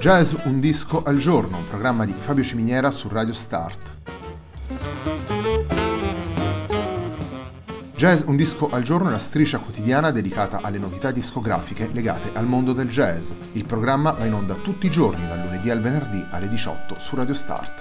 Jazz un disco al giorno, un programma di Fabio Ciminiera su Radio Start. Jazz un disco al giorno è la striscia quotidiana dedicata alle novità discografiche legate al mondo del jazz. Il programma va in onda tutti i giorni, dal lunedì al venerdì alle 18 su Radio Start.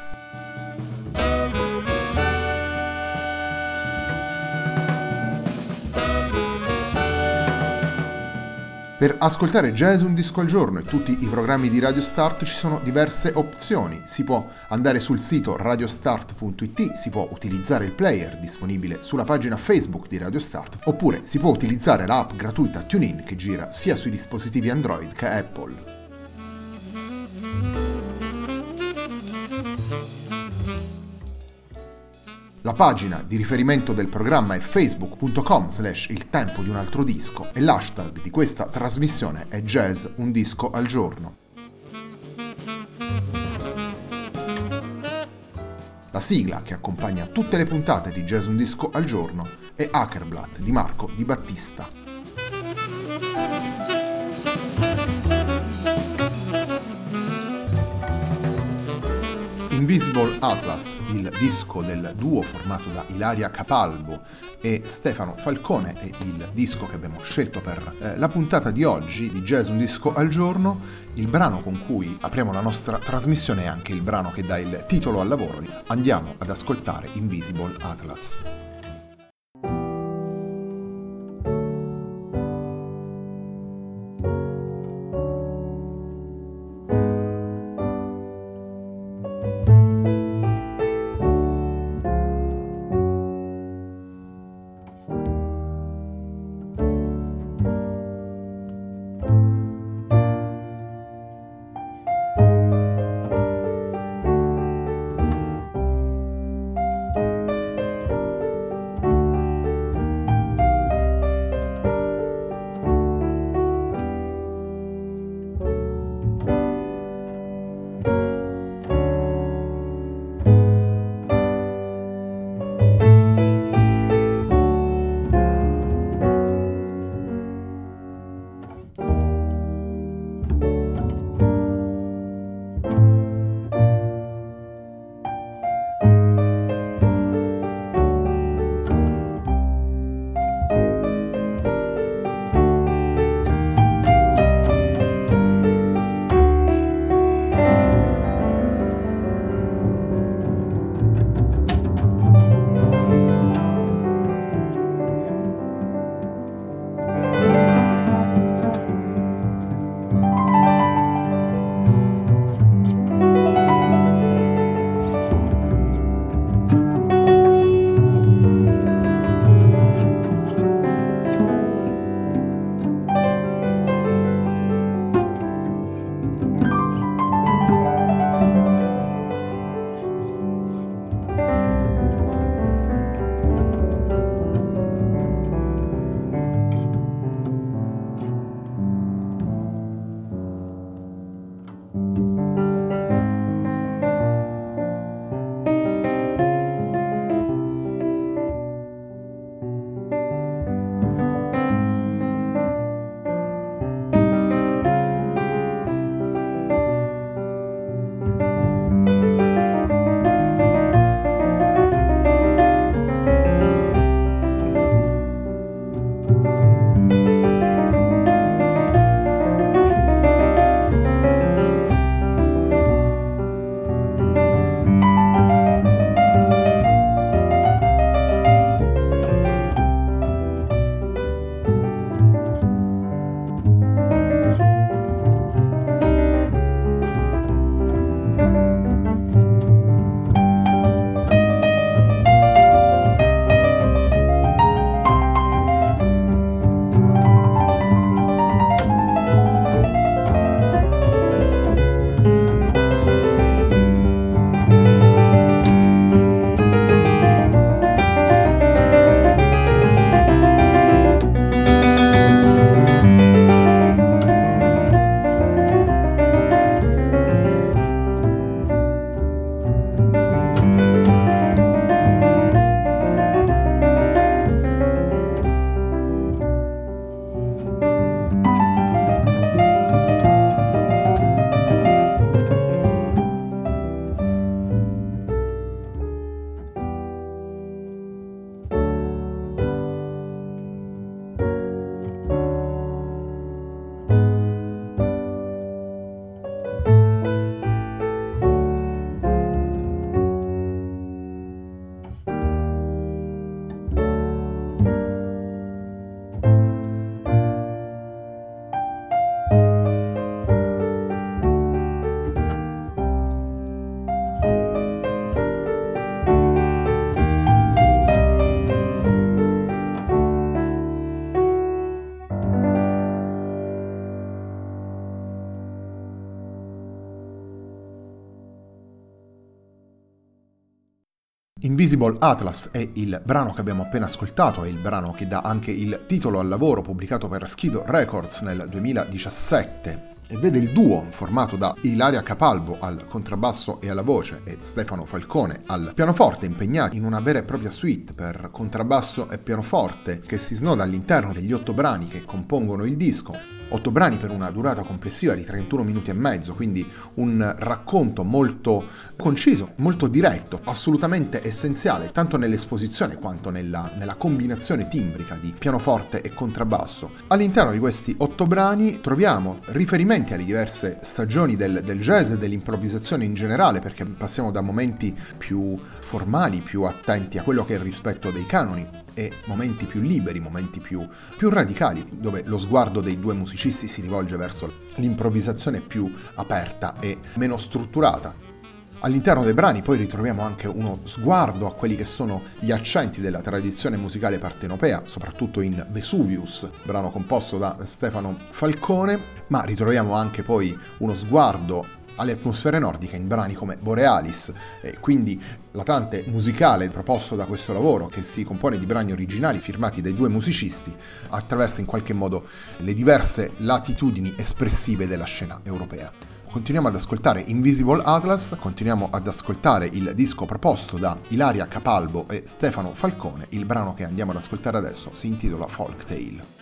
Per ascoltare Jazz un disco al giorno e tutti i programmi di Radio Start ci sono diverse opzioni. Si può andare sul sito radiostart.it, si può utilizzare il player disponibile sulla pagina Facebook di Radio Start, oppure si può utilizzare l'app gratuita TuneIn che gira sia sui dispositivi Android che Apple. La pagina di riferimento del programma è facebook.com/il tempo di un altro disco e l'hashtag di questa trasmissione è Jazz un disco al giorno. La sigla che accompagna tutte le puntate di Jazz un disco al giorno è Hackerblatt di Marco Di Battista. Invisible Atlas, il disco del duo formato da Ilaria Capalbo e Stefano Falcone, è il disco che abbiamo scelto per la puntata di oggi di Jazz un disco al giorno. Il brano con cui apriamo la nostra trasmissione è anche il brano che dà il titolo al lavoro. Andiamo ad ascoltare Invisible Atlas. Invisible Atlas è il brano che abbiamo appena ascoltato, è il brano che dà anche il titolo al lavoro pubblicato per Skido Records nel 2017 e vede il duo formato da Ilaria Capalbo al contrabbasso e alla voce e Stefano Falcone al pianoforte, impegnati in una vera e propria suite per contrabbasso e pianoforte che si snoda all'interno degli 8 brani che compongono il disco. 8 brani per una durata complessiva di 31 minuti e mezzo, quindi un racconto molto conciso, molto diretto, assolutamente essenziale, tanto nell'esposizione quanto nella combinazione timbrica di pianoforte e contrabbasso. All'interno di questi 8 brani troviamo riferimenti alle diverse stagioni del jazz e dell'improvvisazione in generale, perché passiamo da momenti più formali, più attenti a quello che è il rispetto dei canoni, e momenti più liberi, momenti più radicali, dove lo sguardo dei due musicisti si rivolge verso l'improvvisazione più aperta e meno strutturata. All'interno dei brani poi ritroviamo anche uno sguardo a quelli che sono gli accenti della tradizione musicale partenopea, soprattutto in Vesuvius, brano composto da Stefano Falcone, ma ritroviamo anche poi uno sguardo alle atmosfere nordiche in brani come Borealis, e quindi l'Atlante musicale proposto da questo lavoro, che si compone di brani originali firmati dai due musicisti, attraversa in qualche modo le diverse latitudini espressive della scena europea. Continuiamo ad ascoltare Invisible Atlas, continuiamo ad ascoltare il disco proposto da Ilaria Capalbo e Stefano Falcone. Il brano che andiamo ad ascoltare adesso si intitola Folk Tale.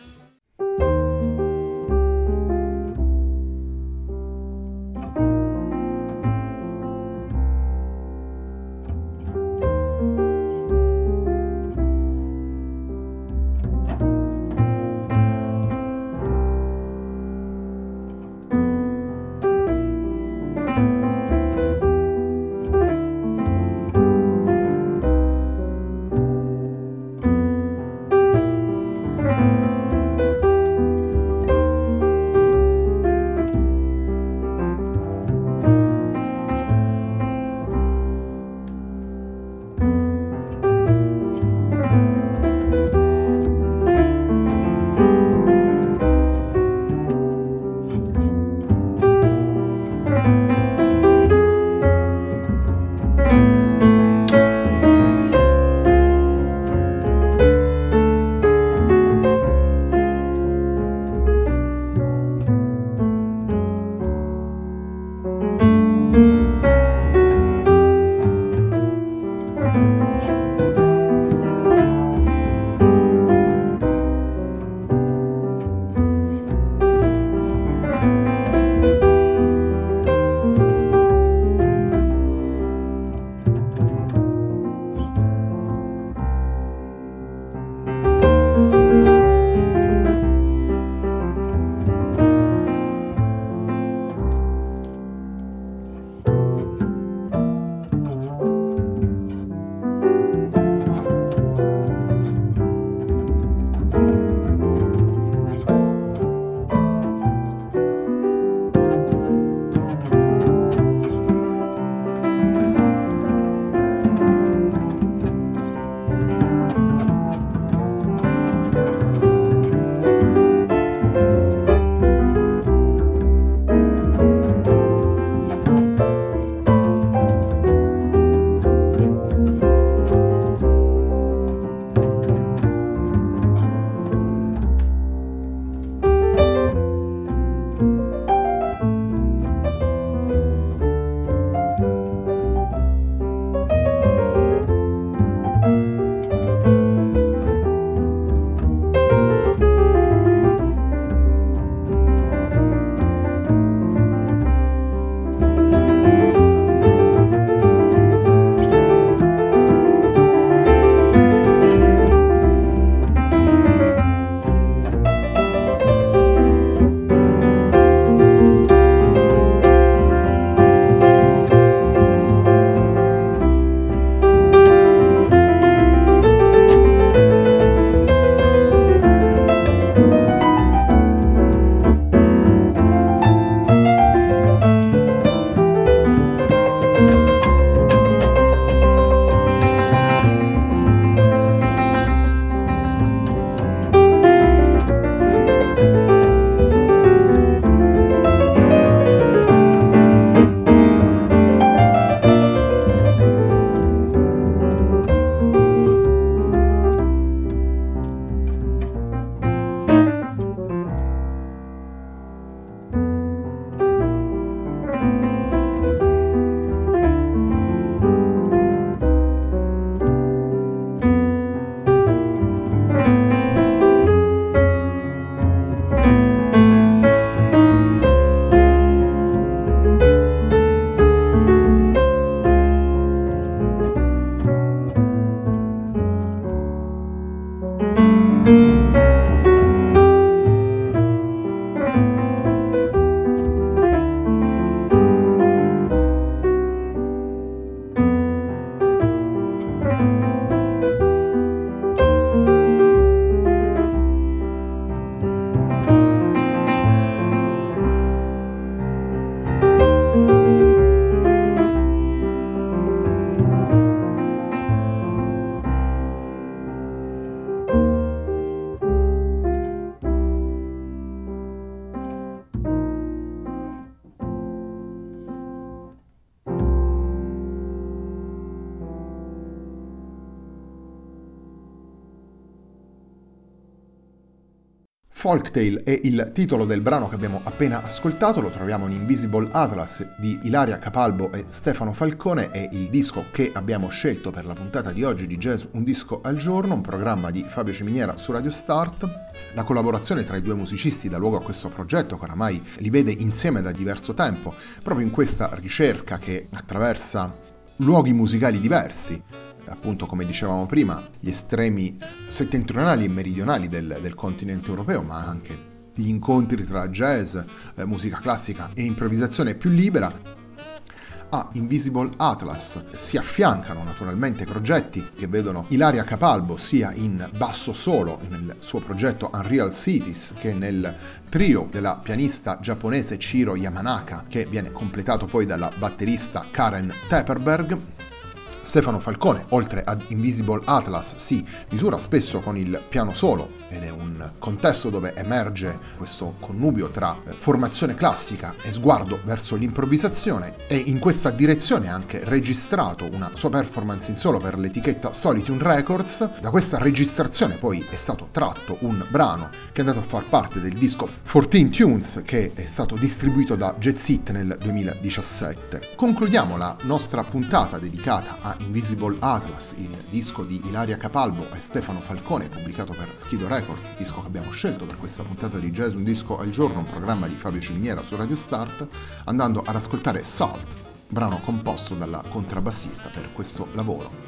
Folktale è il titolo del brano che abbiamo appena ascoltato, lo troviamo in Invisible Atlas di Ilaria Capalbo e Stefano Falcone, è il disco che abbiamo scelto per la puntata di oggi di Jazz Un Disco al Giorno, un programma di Fabio Ciminiera su Radio Start. La collaborazione tra i due musicisti dà luogo a questo progetto che oramai li vede insieme da diverso tempo, proprio in questa ricerca che attraversa luoghi musicali diversi, appunto come dicevamo prima, gli estremi settentrionali e meridionali del continente europeo, ma anche gli incontri tra jazz, musica classica e improvvisazione più libera. A Invisible Atlas si affiancano naturalmente progetti che vedono Ilaria Capalbo sia in basso solo nel suo progetto Unreal Cities che nel trio della pianista giapponese Chiro Yamanaka, che viene completato poi dalla batterista Karen Tepperberg. Stefano Falcone, oltre ad Invisible Atlas, si misura spesso con il piano solo ed è un contesto dove emerge questo connubio tra formazione classica e sguardo verso l'improvvisazione, e in questa direzione ha anche registrato una sua performance in solo per l'etichetta Solitude Records. Da questa registrazione poi è stato tratto un brano che è andato a far parte del disco 14 Tunes che è stato distribuito da Jazz It nel 2017. Concludiamo la nostra puntata dedicata a Invisible Atlas, il disco di Ilaria Capalbo e Stefano Falcone, pubblicato per Schido Records, disco che abbiamo scelto per questa puntata di Jazz Un Disco al Giorno, un programma di Fabio Ciminiera su Radio Start, andando ad ascoltare Salt, brano composto dalla contrabbassista per questo lavoro.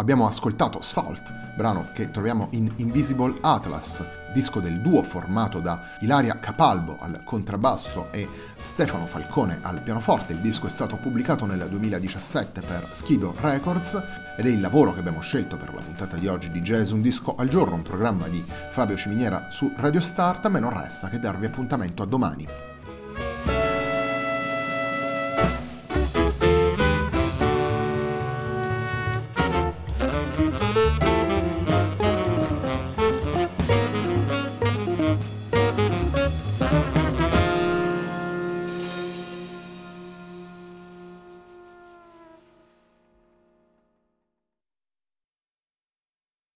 Abbiamo ascoltato Salt, brano che troviamo in Invisible Atlas, disco del duo formato da Ilaria Capalbo al contrabbasso e Stefano Falcone al pianoforte. Il disco è stato pubblicato nel 2017 per Schido Records ed è il lavoro che abbiamo scelto per la puntata di oggi di Jazz Un Disco al Giorno, un programma di Fabio Ciminiera su Radio Start. A me non resta che darvi appuntamento a domani.